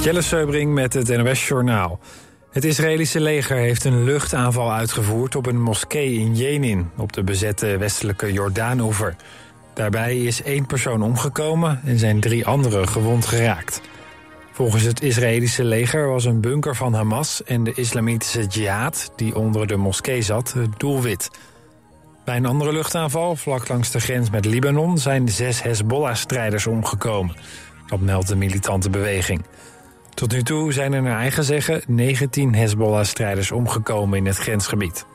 Jelle Seubring met het NOS-journaal. Het Israëlische leger heeft een luchtaanval uitgevoerd op een moskee in Jenin, op de bezette westelijke Jordaanoever. Daarbij is 1 persoon omgekomen en zijn 3 anderen gewond geraakt. Volgens het Israëlische leger was een bunker van Hamas en de islamitische jihad, die onder de moskee zat, het doelwit. Bij een andere luchtaanval, vlak langs de grens met Libanon, zijn 6 Hezbollah-strijders omgekomen. Dat meldt de militante beweging. Tot nu toe zijn er naar eigen zeggen 19 Hezbollah-strijders omgekomen in het grensgebied.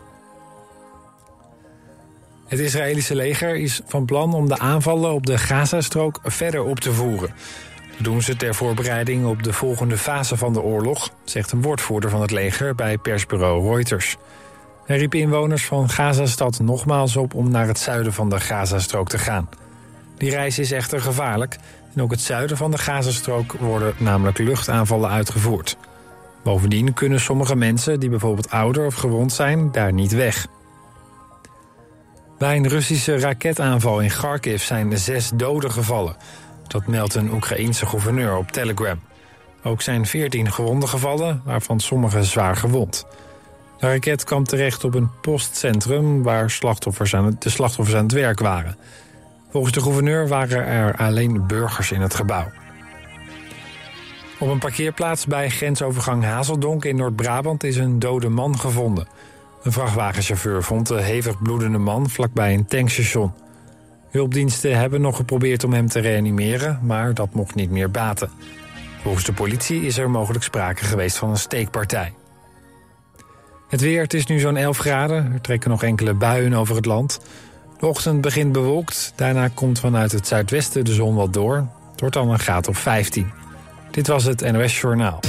Het Israëlische leger is van plan om de aanvallen op de Gazastrook verder op te voeren. Dat doen ze ter voorbereiding op de volgende fase van de oorlog, zegt een woordvoerder van het leger bij persbureau Reuters. Hij riep inwoners van Gazastad nogmaals op om naar het zuiden van de Gazastrook te gaan. Die reis is echter gevaarlijk en ook het zuiden van de Gazastrook worden namelijk luchtaanvallen uitgevoerd. Bovendien kunnen sommige mensen die bijvoorbeeld ouder of gewond zijn daar niet weg. Bij een Russische raketaanval in Kharkiv zijn 6 doden gevallen. Dat meldt een Oekraïense gouverneur op Telegram. Ook zijn 14 gewonden gevallen, waarvan sommigen zwaar gewond. De raket kwam terecht op een postcentrum waar de slachtoffers aan het werk waren. Volgens de gouverneur waren er alleen burgers in het gebouw. Op een parkeerplaats bij grensovergang Hazeldonk in Noord-Brabant is een dode man gevonden. Een vrachtwagenchauffeur vond de hevig bloedende man vlakbij een tankstation. Hulpdiensten hebben nog geprobeerd om hem te reanimeren, maar dat mocht niet meer baten. Volgens de politie is er mogelijk sprake geweest van een steekpartij. Het weer, het is nu zo'n 11 graden. Er trekken nog enkele buien over het land. De ochtend begint bewolkt. Daarna komt vanuit het zuidwesten de zon wat door. Het wordt dan een graad of 15. Dit was het NOS Journaal.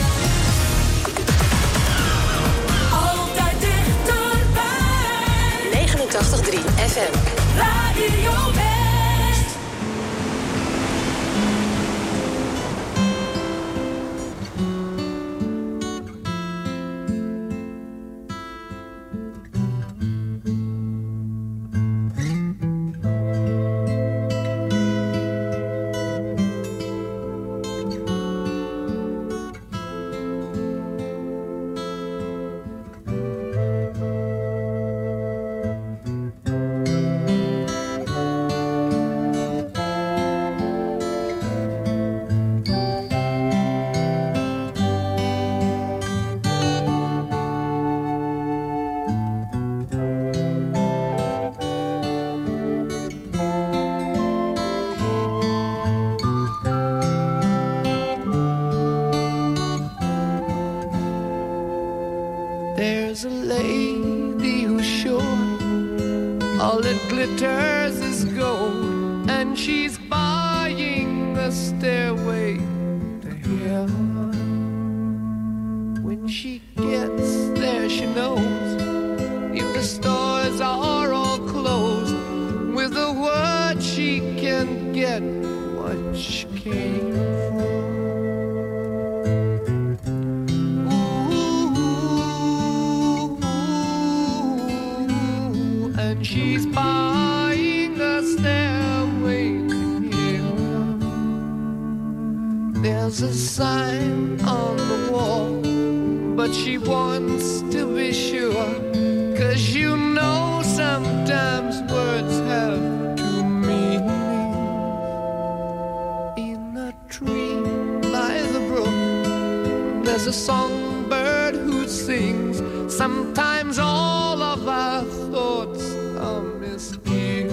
Altijd dichterbij. 89.3 FM. Radio West. There's a lady who's sure all that glitters is gold, and she's buying a stairway to heaven. When she gets there, she knows if the stores are all closed, with a word she can get what she came for. She's buying a stairway to heaven. There's a sign on the wall, but she wants to be sure, 'cause you know sometimes words have two meanings. In a tree by the brook, there's a songbird who sings. Sometimes all of our thoughts are misgiven.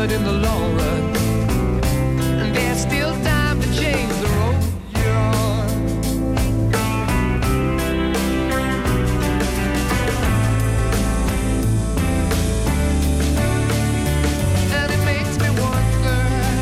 but in the long run, there's still time to change the road you're on. And it makes me wonder,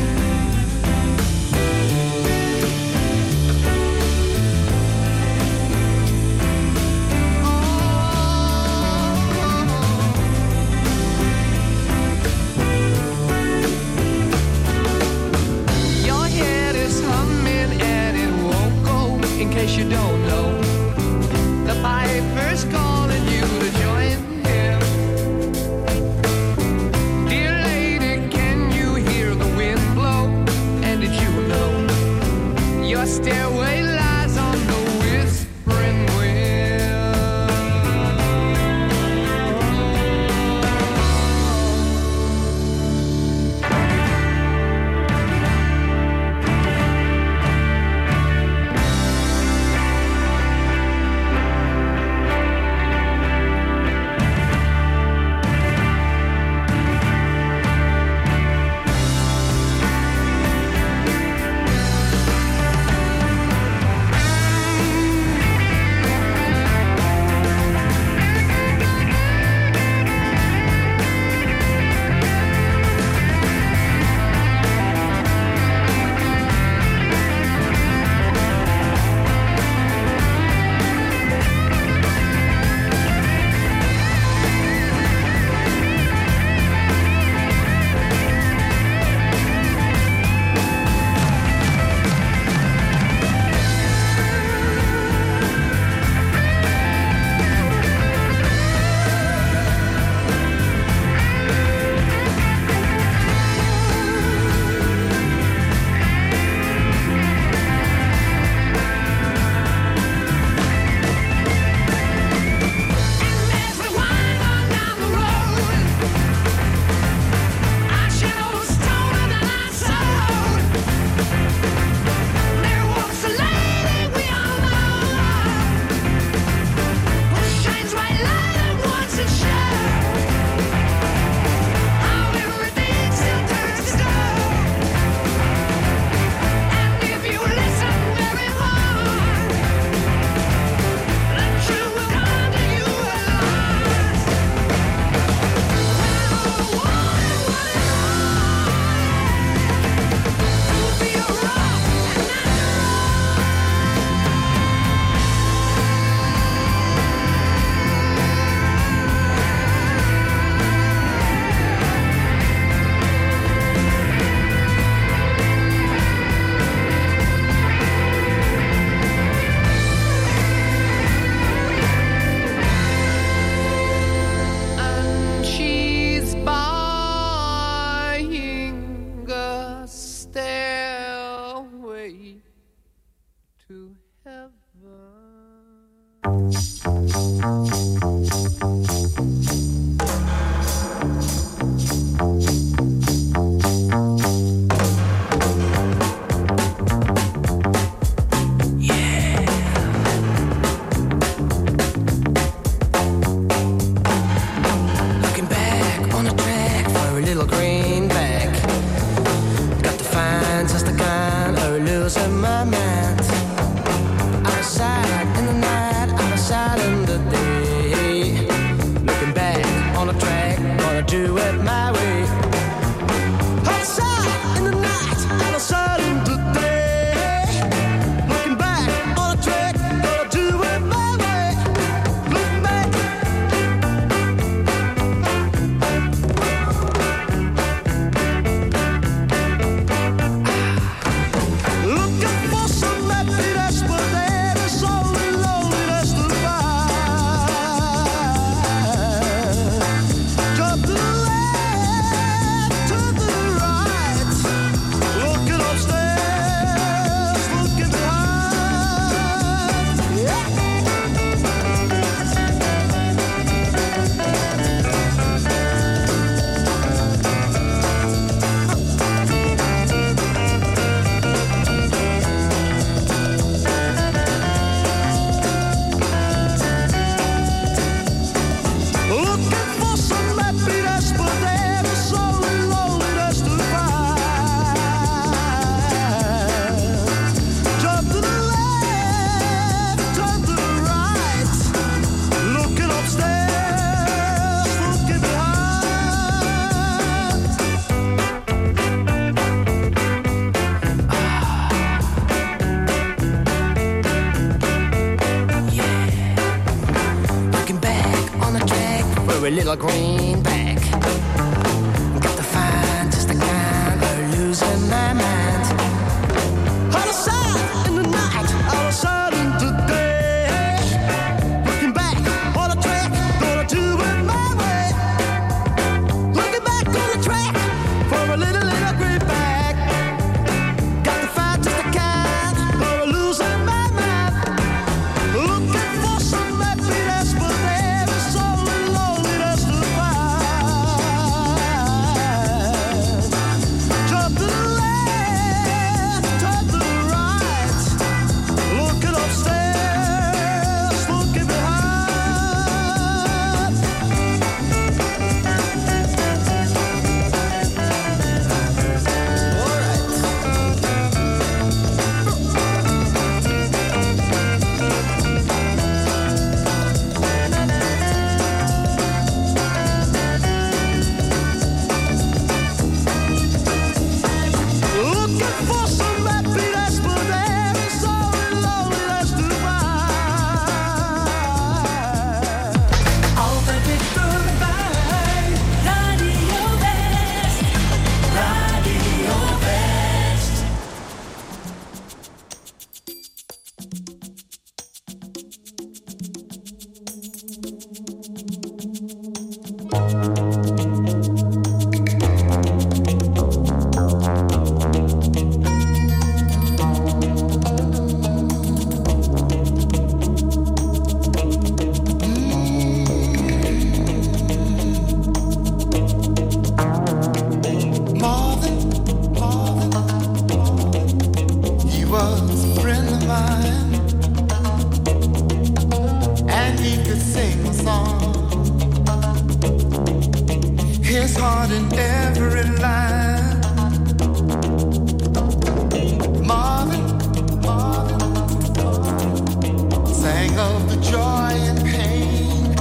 your head is humming and it won't go. In case you don't know, the piper's calling you to join him. Dear lady, can you hear the wind blow? And did you know your stairway lies on the whispering wind? And she's buying a stairway to heaven. Looking back on the track for a little greenback. Got to find just the kind of losing my mind. Outside in the night, outside in the day. Looking back on the track, gonna do it my way. Outside in the night, outside in the day. Looking back on the track, gonna do it my way. Looking back. Looking for some little greenback. Got to find just the kind of losing my mind. Out of sight in the night, out of sight in the day. Looking back on the track, gonna do it my way. Looking back on the track for a little greenback. Got to find just the kind of losing my mind. Looking for some happiness, but there is so loneliness to find. Jump to the left, turn to the right. Looking upstairs, looking behind. All right. Looking for some happiness, but there is so loneliness to find. Altijd dichterbij. Radio West. Radio West. Marvin, he was a friend of mine, and he could sing a song. His heart in every line. Marvin, sang of the joy and pain.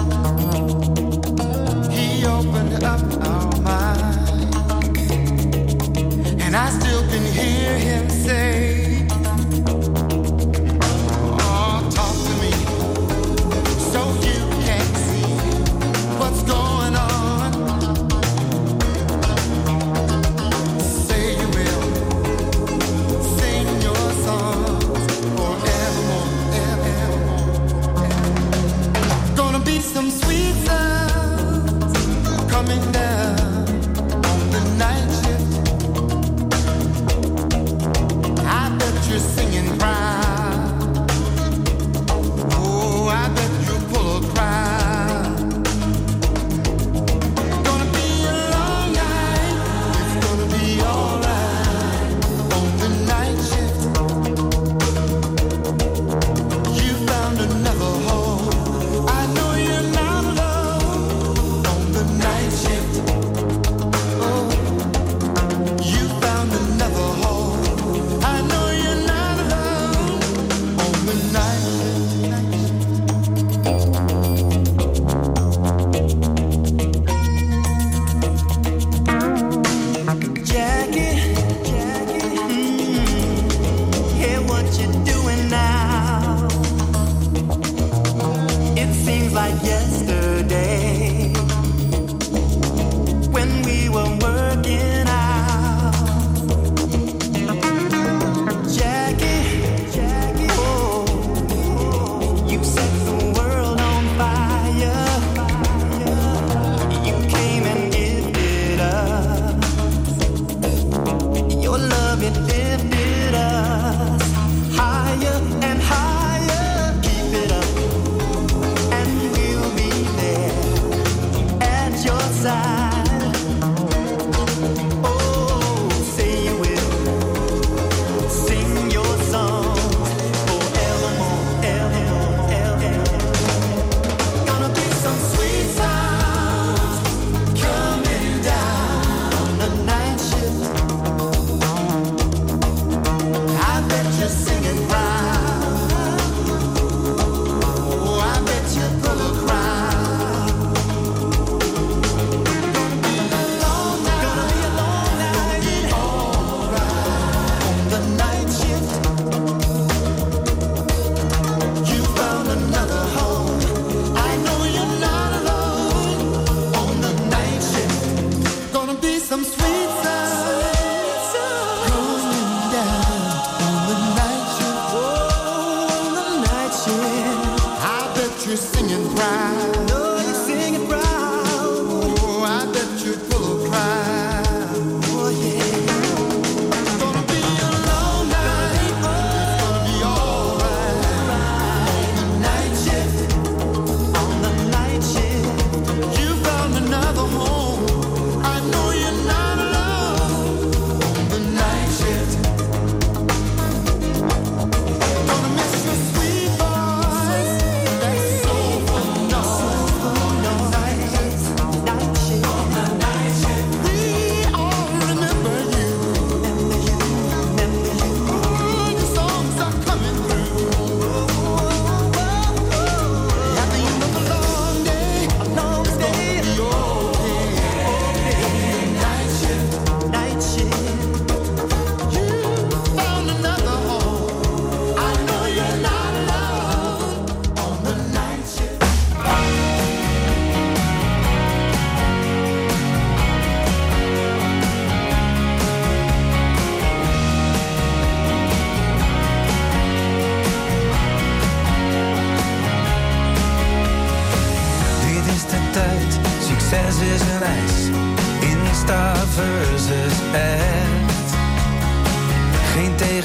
He opened up our mind. And I still can hear him say, oh, talk to me so you can see what's going on. Say you will sing your songs forevermore, evermore. Gonna be some sweet sounds coming down on the night shift. I bet you're singing proud. Oh, I bet you'll pull a crowd. Gonna be a long night. It's gonna be alright on the night shift. You found another home. I know you're not alone on the night shift. Oh.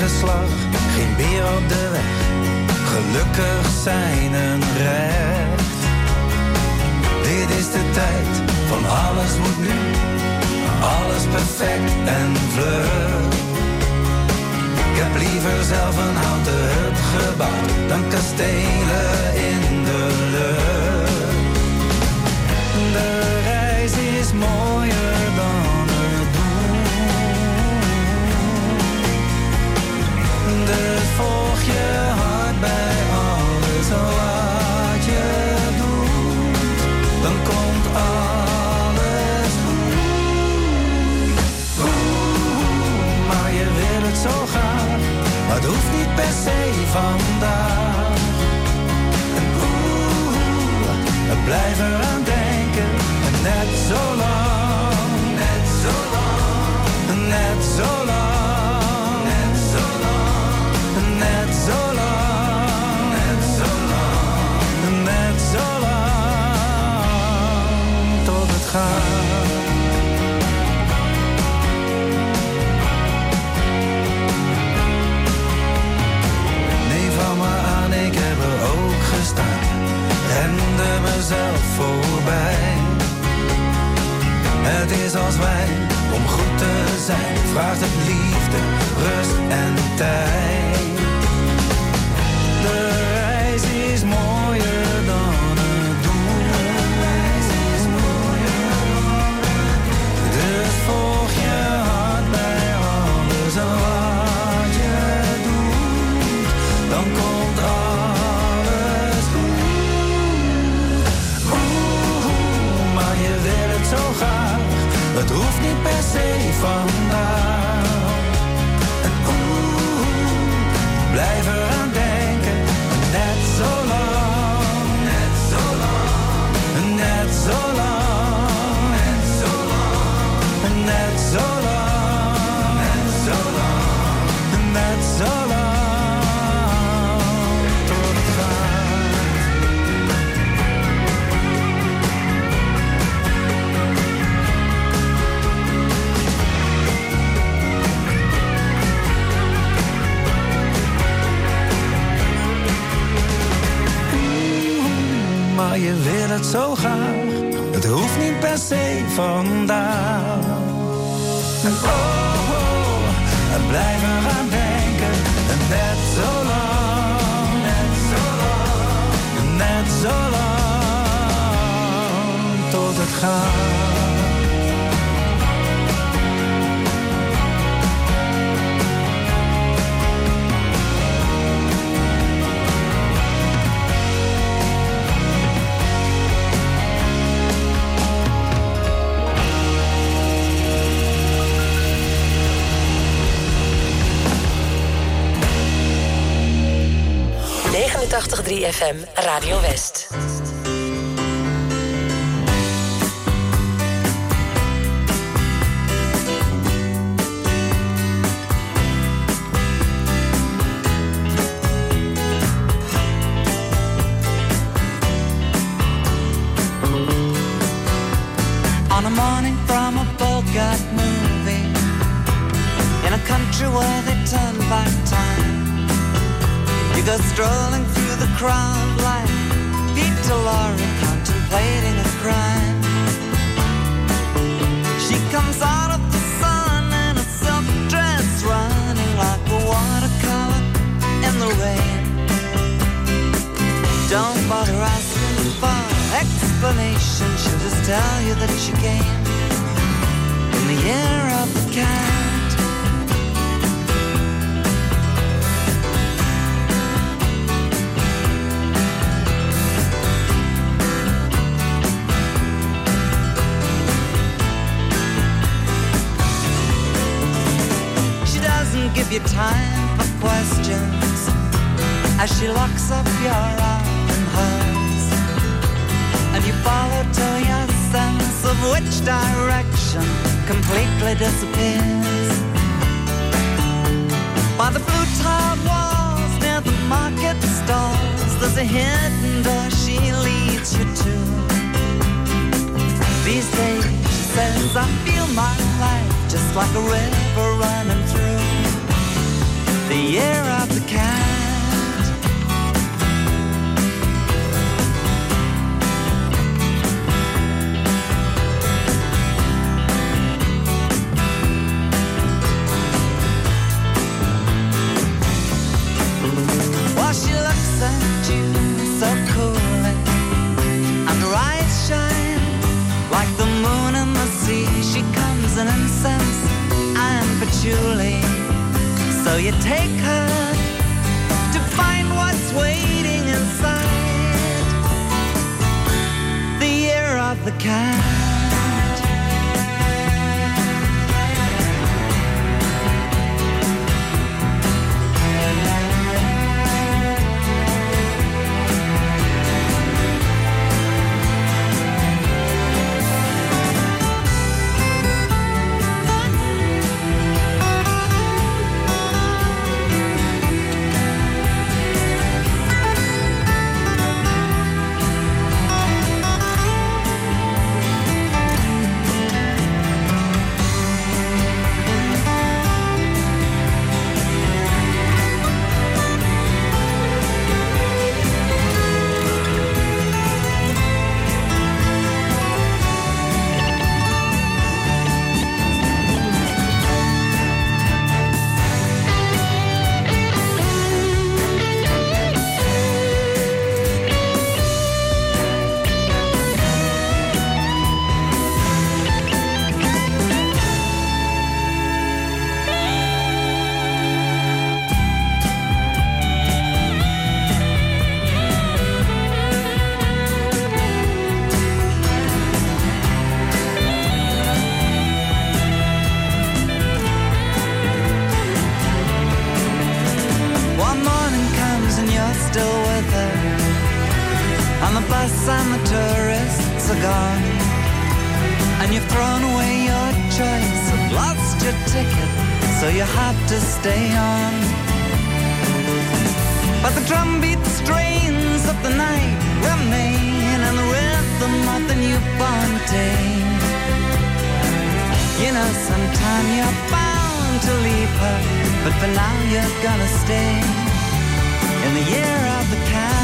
tegenslag, geen bier op de weg. Gelukkig zijn een recht. Dit is de tijd van alles moet nu. Alles perfect en vlug. Ik heb liever zelf een houten hut gebouwd dan kastelen in de lucht. De reis is mooier dan het doel. Dus volg je hart bij alles wat je doet. Dan komt alles goed. Maar je wil het zo graag, maar het hoeft niet per se vandaag. En we blijven eraan denken. En net zo lang, net zo lang, net zo lang, net zo lang, net zo lang, net zo lang, net zo lang, tot het gaat. Nee, van me aan, ik heb er ook gestaan. Rende mezelf voorbij. Het is als wijn, om goed te zijn, vraagt het liefde, rust en tijd. De reis is mooier dan het doel. Dus volg je hart bij alles wat je doet. Dan komt alles goed. Maar je wil het zo graag. Het hoeft niet per se vandaag. En blijf eraan denken. Net zo lang, net zo lang, net zo lang, net zo lang, net zo lang, net zo lang, net zo lang, tot het gaat. Maar je wil het zo graag, het hoeft niet per se vandaag. En en blijf eraan denken. En net zo lang, net zo lang, net zo lang, tot het gaat. FM Radio West. On a morning from a Bogart movie, in a country where they turn back time, you go strolling through the crowd like Peter Lorre contemplating a crime. She comes out of the sun in a silk dress, running like a watercolor in the rain. Don't bother asking for explanation, she'll just tell you that she came in the year of the cat. Give you time for questions as she locks up your arm in hers, and you follow till your sense of which direction completely disappears. By the blue tiled walls near the market stalls, there's a hidden door she leads you to. These days, she says, I feel my life just like a river running through. the year of the cat. While she looks at you so coolly, and her eyes shine like the moon in the sea. She comes in incense and patchouli, so you take her to find what's waiting inside the year of the cat. And the tourists are gone, and you've thrown away your choice and lost your ticket, so you have to stay on. But the drumbeat strains of the night remain, and the rhythm of the newborn day. You know, sometime you're bound to leave her, but for now you're gonna stay in the year of the cat.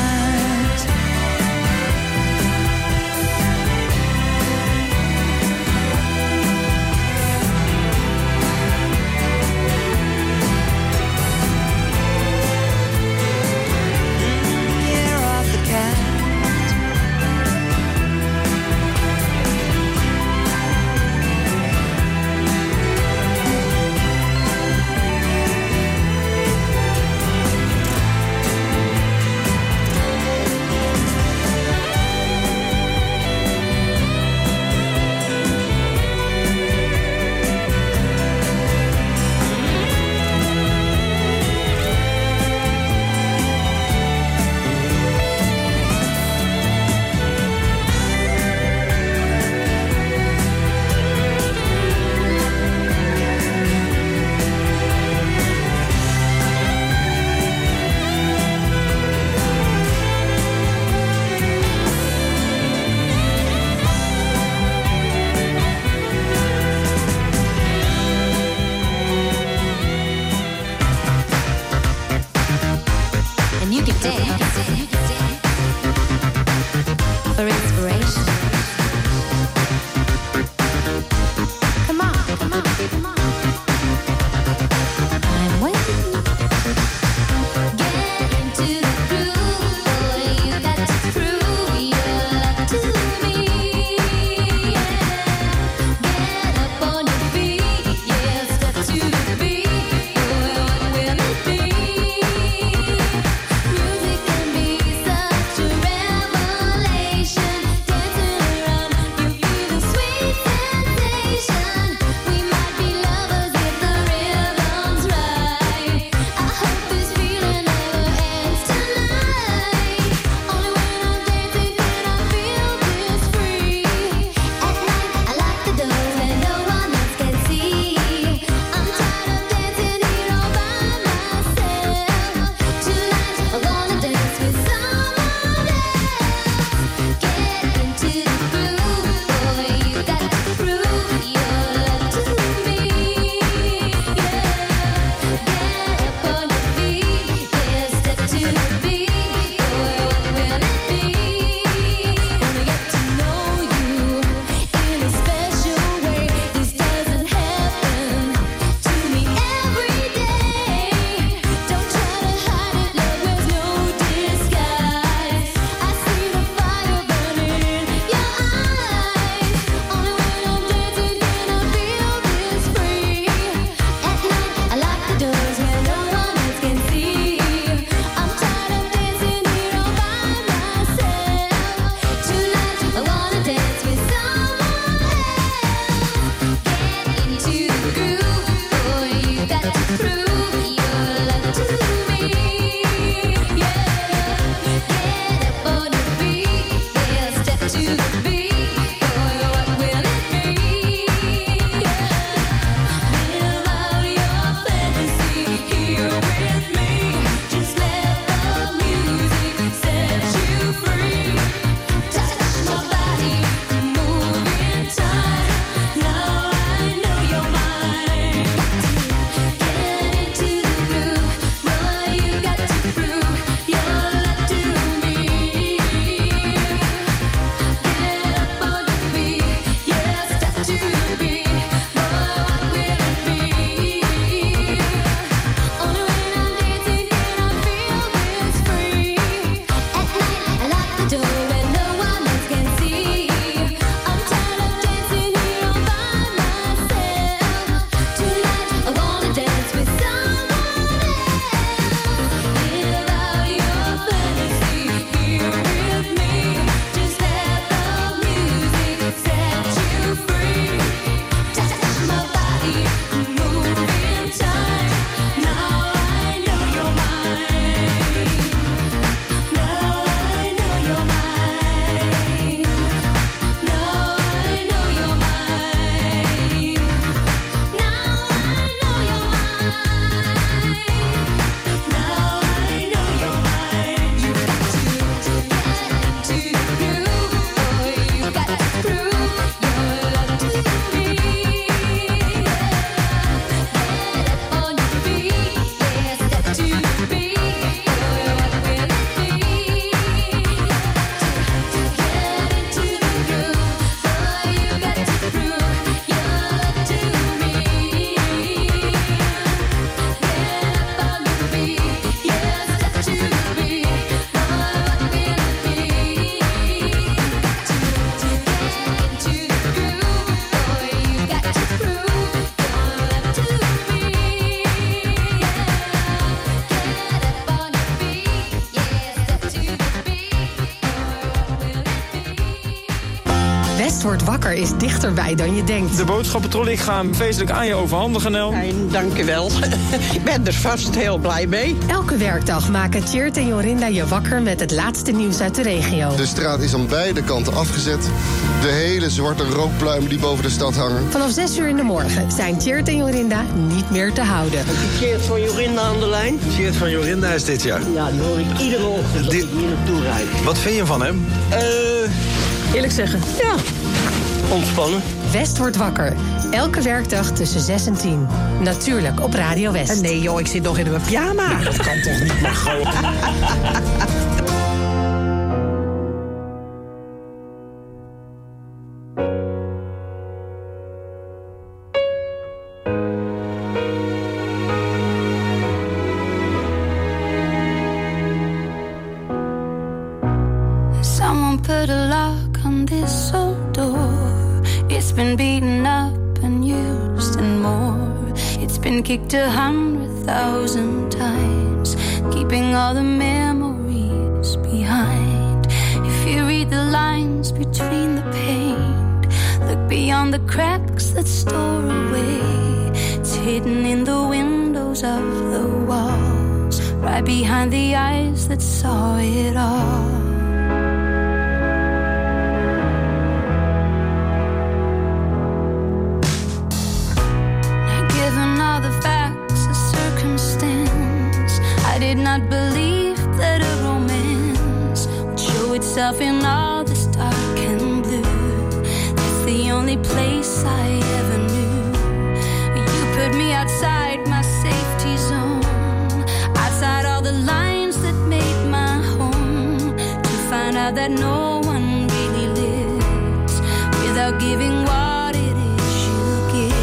West wordt wakker is dichterbij dan je denkt. De boodschappentrolley, ik ga hem feestelijk aan je overhandigen, Nel. Fijn, dank je wel. Ik ben er vast heel blij mee. Elke werkdag maken Tjeerd en Jorinda je wakker met het laatste nieuws uit de regio. De straat is aan beide kanten afgezet. De hele zwarte rookpluimen die boven de stad hangen. Vanaf 6 uur in de morgen zijn Tjeerd en Jorinda niet meer te houden. Heb je Tjeerd van Jorinda aan de lijn? Tjeerd van Jorinda is dit, ja. Ja, die hoor ik iedere ochtend als ik hier naartoe rijd. Wat vind je van hem? Eerlijk zeggen, ja. Ontspannen. West wordt wakker. Elke werkdag tussen 6 en 10. Natuurlijk op Radio West. Nee joh, ik zit nog in mijn pyjama. Nou, dat kan toch niet, maar gewoon. Someone put a lock on this old door. It's been beaten up and used and more. It's been kicked 100,000 times, keeping all the memories behind. If you read the lines between the paint, look beyond the cracks that store away. It's hidden in the windows of the walls, right behind the eyes that saw it all. I did not believe that a romance would show itself in all this dark and blue. That's the only place I ever knew. You put me outside my safety zone, outside all the lines that made my home, to find out that no one really lives without giving what it is you give.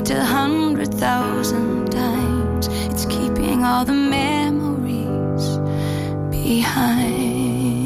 all the memories behind.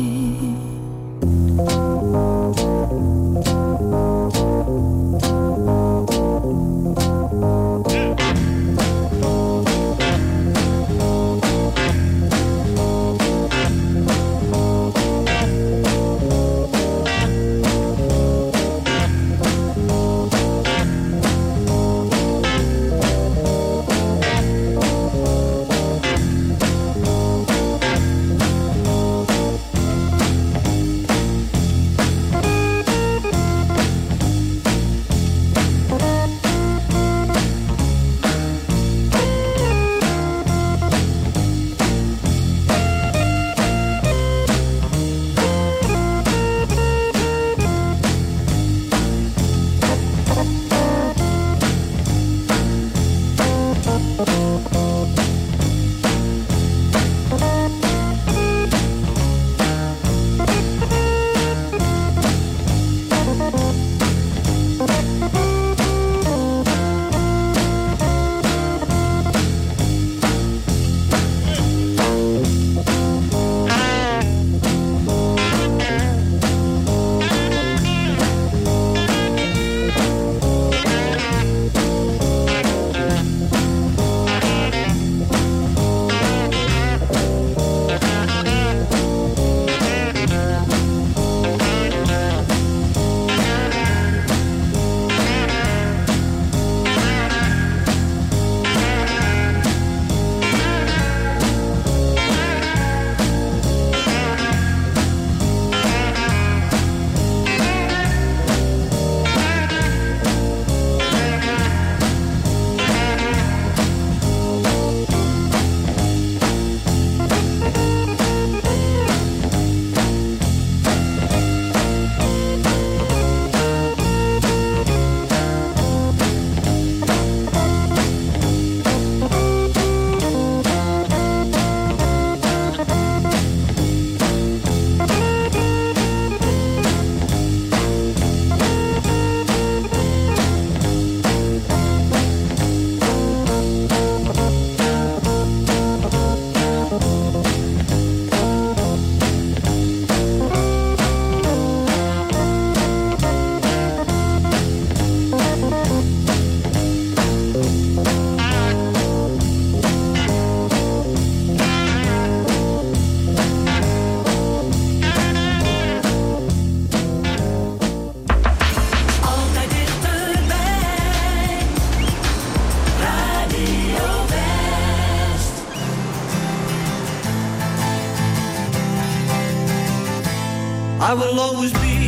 I will always be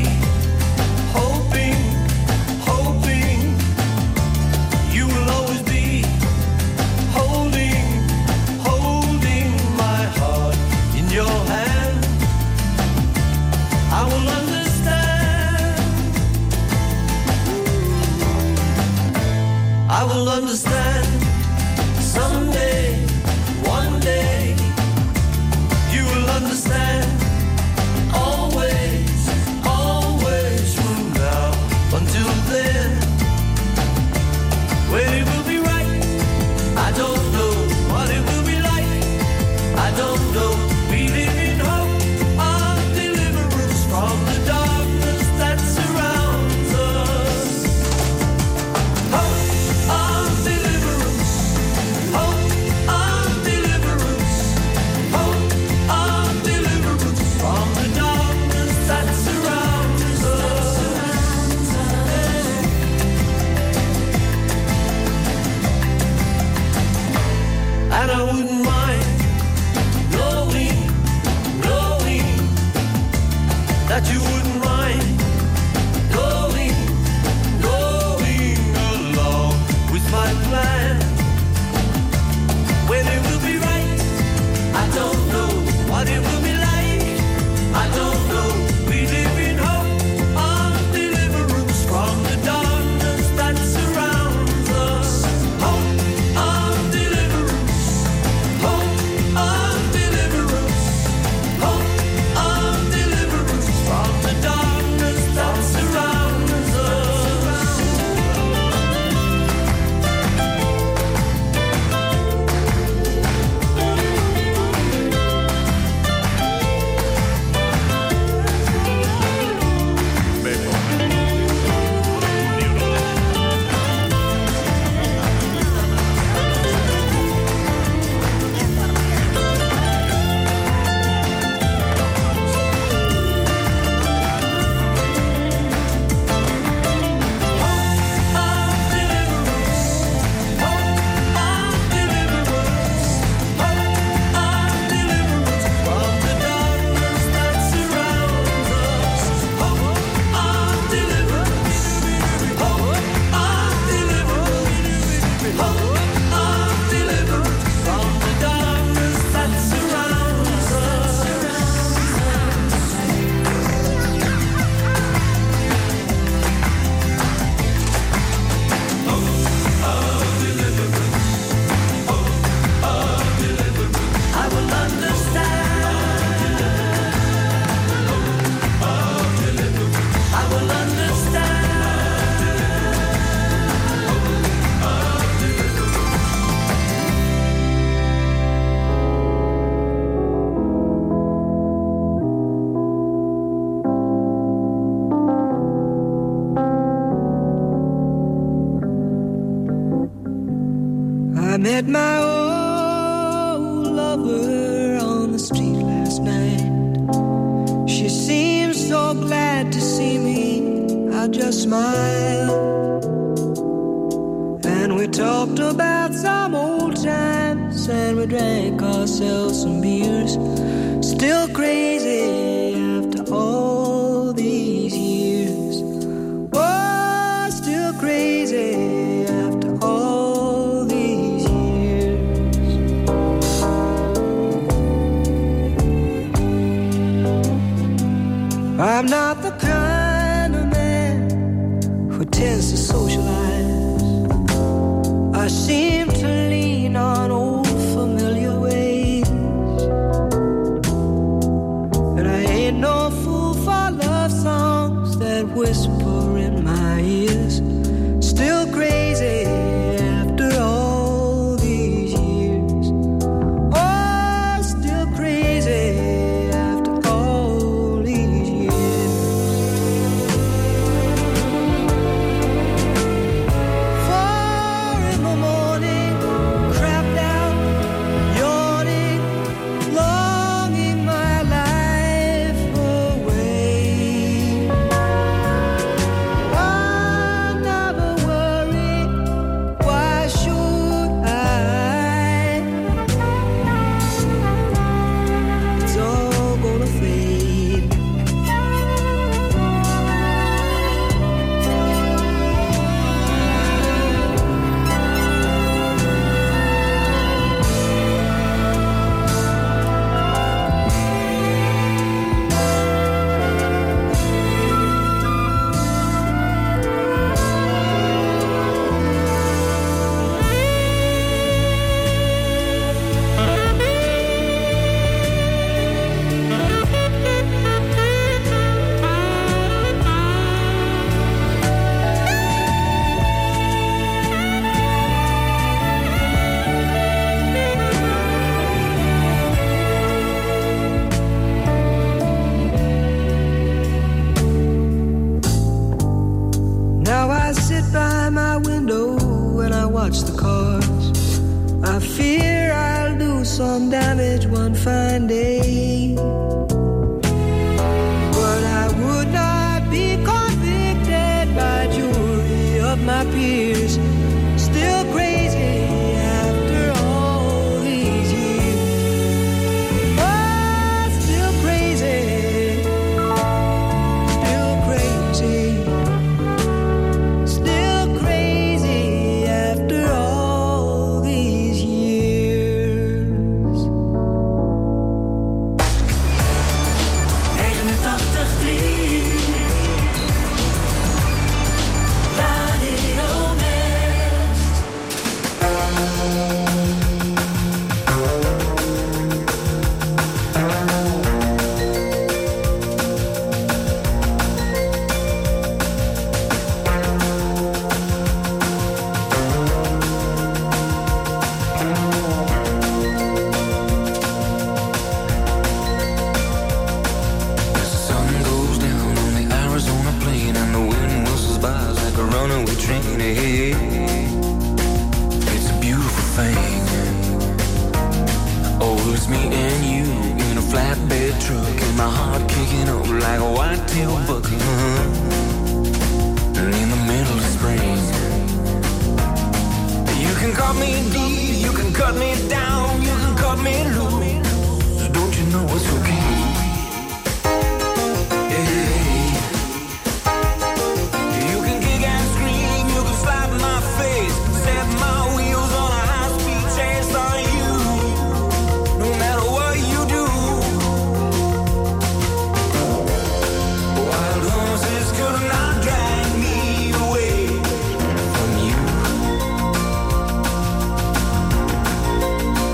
hoping, hoping. You will always be holding, holding my heart in your hand. I will understand. I will understand someday, one day. You will understand. Always, always from now until then. When it will be right, I don't know. What it will be like, I don't know. We live in hope of deliverance from the darkness that surrounds us. Hope of deliverance. I met my old lover on the street last night. She seemed so glad to see me. I just smiled. And we talked about some old times, and we drank ourselves some beers. Still crazy after all these years. Oh, still crazy after all these years. I'm not the kind of man who tends to socialize. I seem to lean on old familiar ways. And I ain't no fool for love songs that whisper in my ears. Still crazy after all these years. Oh, still crazy after all these years. Four in the morning, crapped out, yawning, longing my life away. I never worry, why should I? It's all gonna fade. Now I sit by my window and I watch the cars. I fear I'll do some damage one fine day. But I would not be convicted by jury of my peers. Still crazy after all these years. Oh, still crazy. Still crazy. Still crazy after all these years. 89.3 Radio As the sun goes down on the Arizona plain and the wind whistles by like a runaway train. Hey, it's a beautiful thing. Oh, it's me and you in a flatbed truck and my heart kicking up like a white-tailed buck. And in the middle of spring, you can cut me deep, you can cut me down, you can cut me loose. Don't you know it's okay? You can kick and scream, you can slap my face, set my wheels on a high-speed chase on you. No matter what you do, wild horses could not drag me away from you.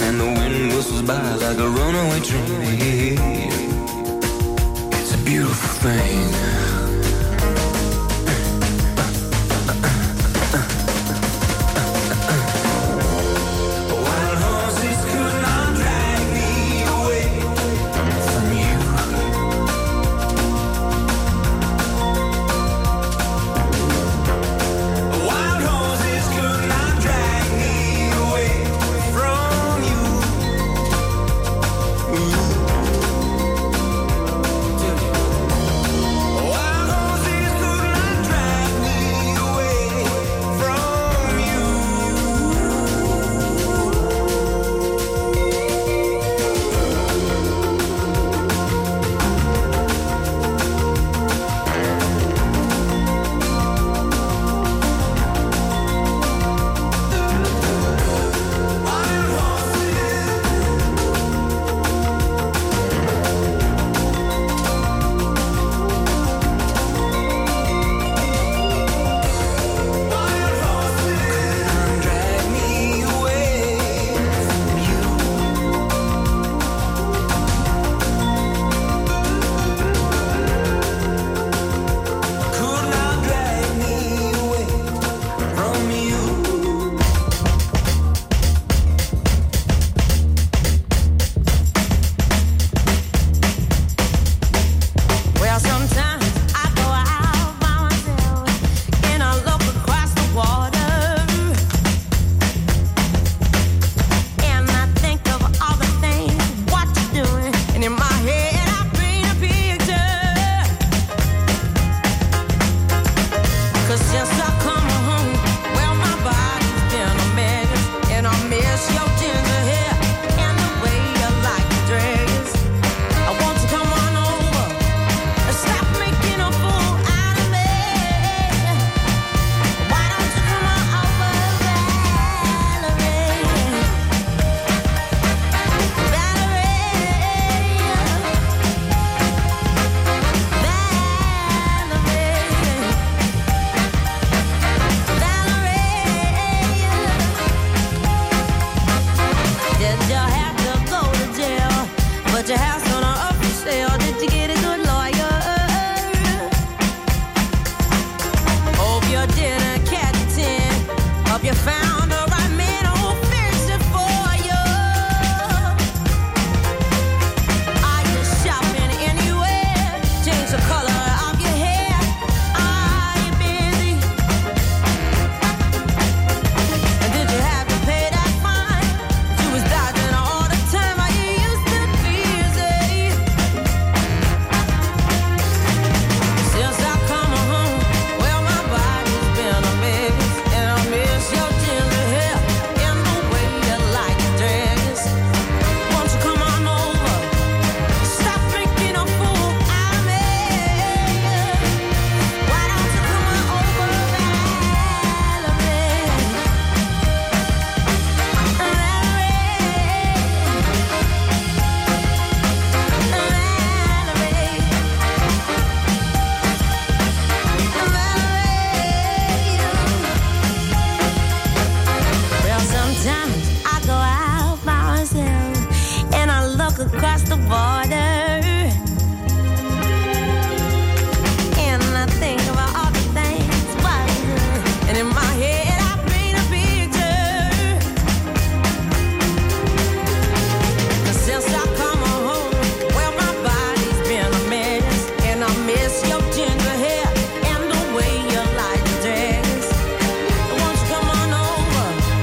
and the wind whistles by like a runaway train. It's a beautiful thing.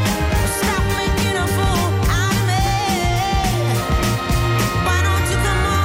Come on.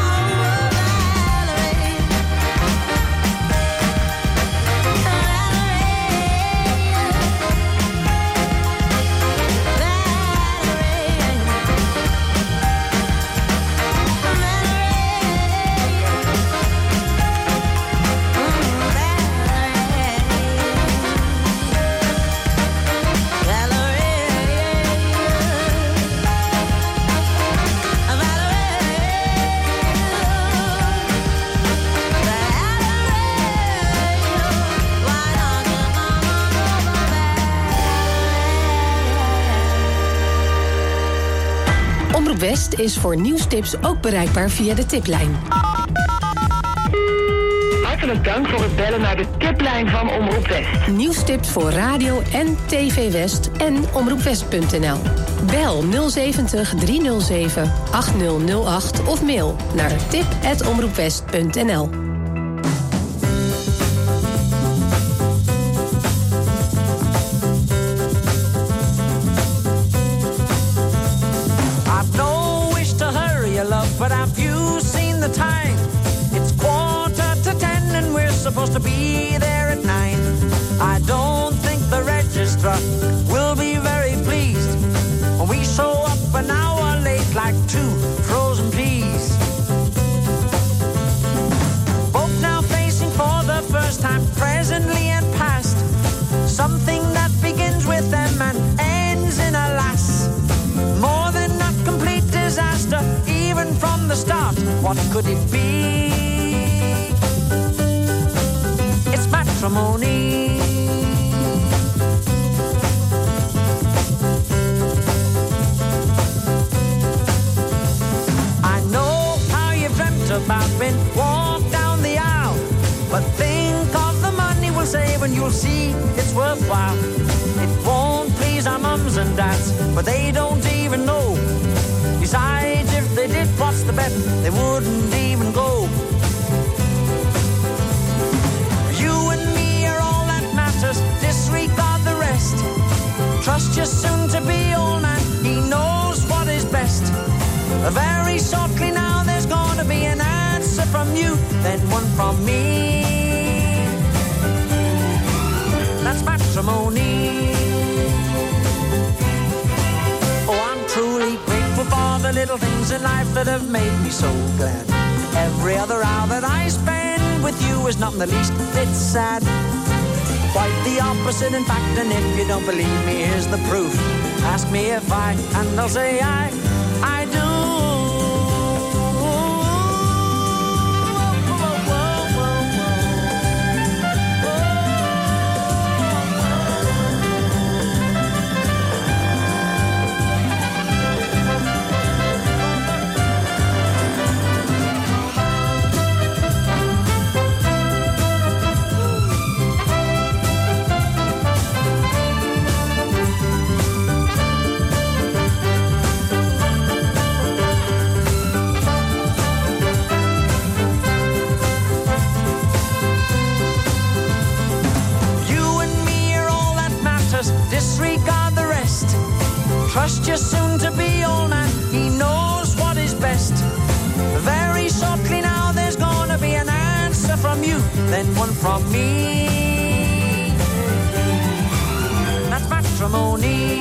Omroep West is voor nieuwstips ook bereikbaar via de tiplijn. Hartelijk dank voor het bellen naar de tiplijn van Omroep West. Nieuwstips voor radio en TV West en omroepwest.nl. Bel 070 307 8008 of mail naar tip@omroepwest.nl. But have you seen the time? It's 10:15 and we're supposed to be there at 9. I don't think the registrar will be very pleased when we show up an hour late like two frozen peas. Both now facing for the first time, presently and past, something that begins with them and ends in a lass. More than a complete disaster, even from the start. What could it be? It's matrimony. I know how you've dreamt about being walked down the aisle, but think of the money we'll save and you'll see it's worthwhile. It won't please our mums and dads, but they don't even know. Besides, if they did, what's the bet? They wouldn't even go. You and me are all that matters. Disregard the rest. Trust your soon-to-be old man. He knows what is best. Very shortly now, there's gonna be an answer from you, then one from me. That's matrimony. Truly grateful for the little things in life that have made me so glad. Every other hour that I spend with you is not in the least bit sad. Quite the opposite, in fact, and if you don't believe me, here's the proof. Ask me if I, and I'll say I do. Disregard the rest. Trust your soon-to-be old man. He knows what is best. Very shortly now, there's gonna be an answer from you, then one from me. That's matrimony.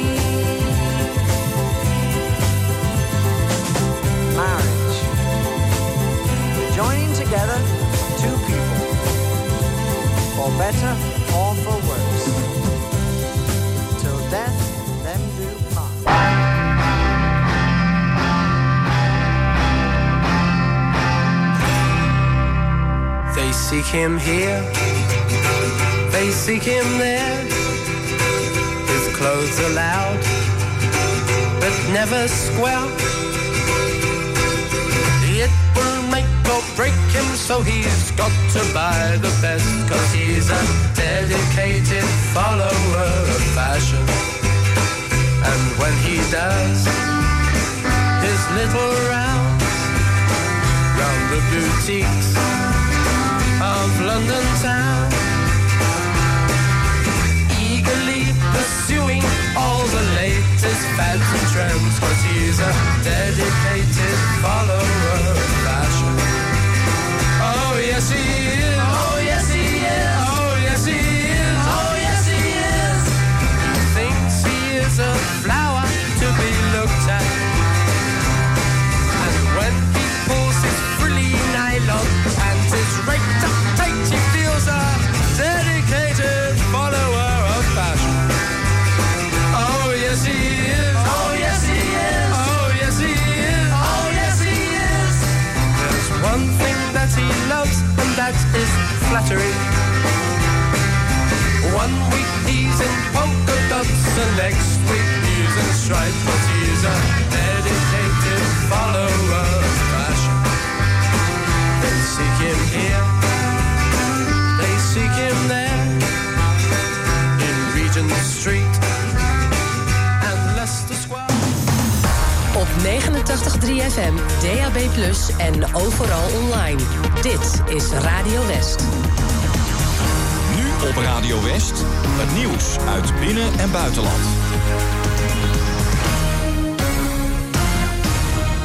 Marriage. Joining together two people, for better or for worse. Death, them do part. They seek him here, they seek him there. His clothes are loud, but never square. It will make or break him, so he's got to buy the best, 'cause he's a dedicated follower of fashion. And when he does his little rounds round the boutiques of London town, eagerly pursuing all the latest fads and trends, 'cause he's a dedicated follower of fashion. Oh yes he is, oh yes he is, oh yes he is, oh yes he is. Thinks he is a flower to be looked at, and when he pulls his frilly nylon and his raked up tight, he feels a dedicated follower of fashion. Oh yes he is, oh yes he is, oh yes he is, oh yes he is. There's one thing that he loves, and that is flattery. One week he's in polka dots, and next week he's in stripes, but he's a dedicated 89.3 FM, DAB+ en overal online. Dit is Radio West. Nu op Radio West, het nieuws uit binnen- en buitenland.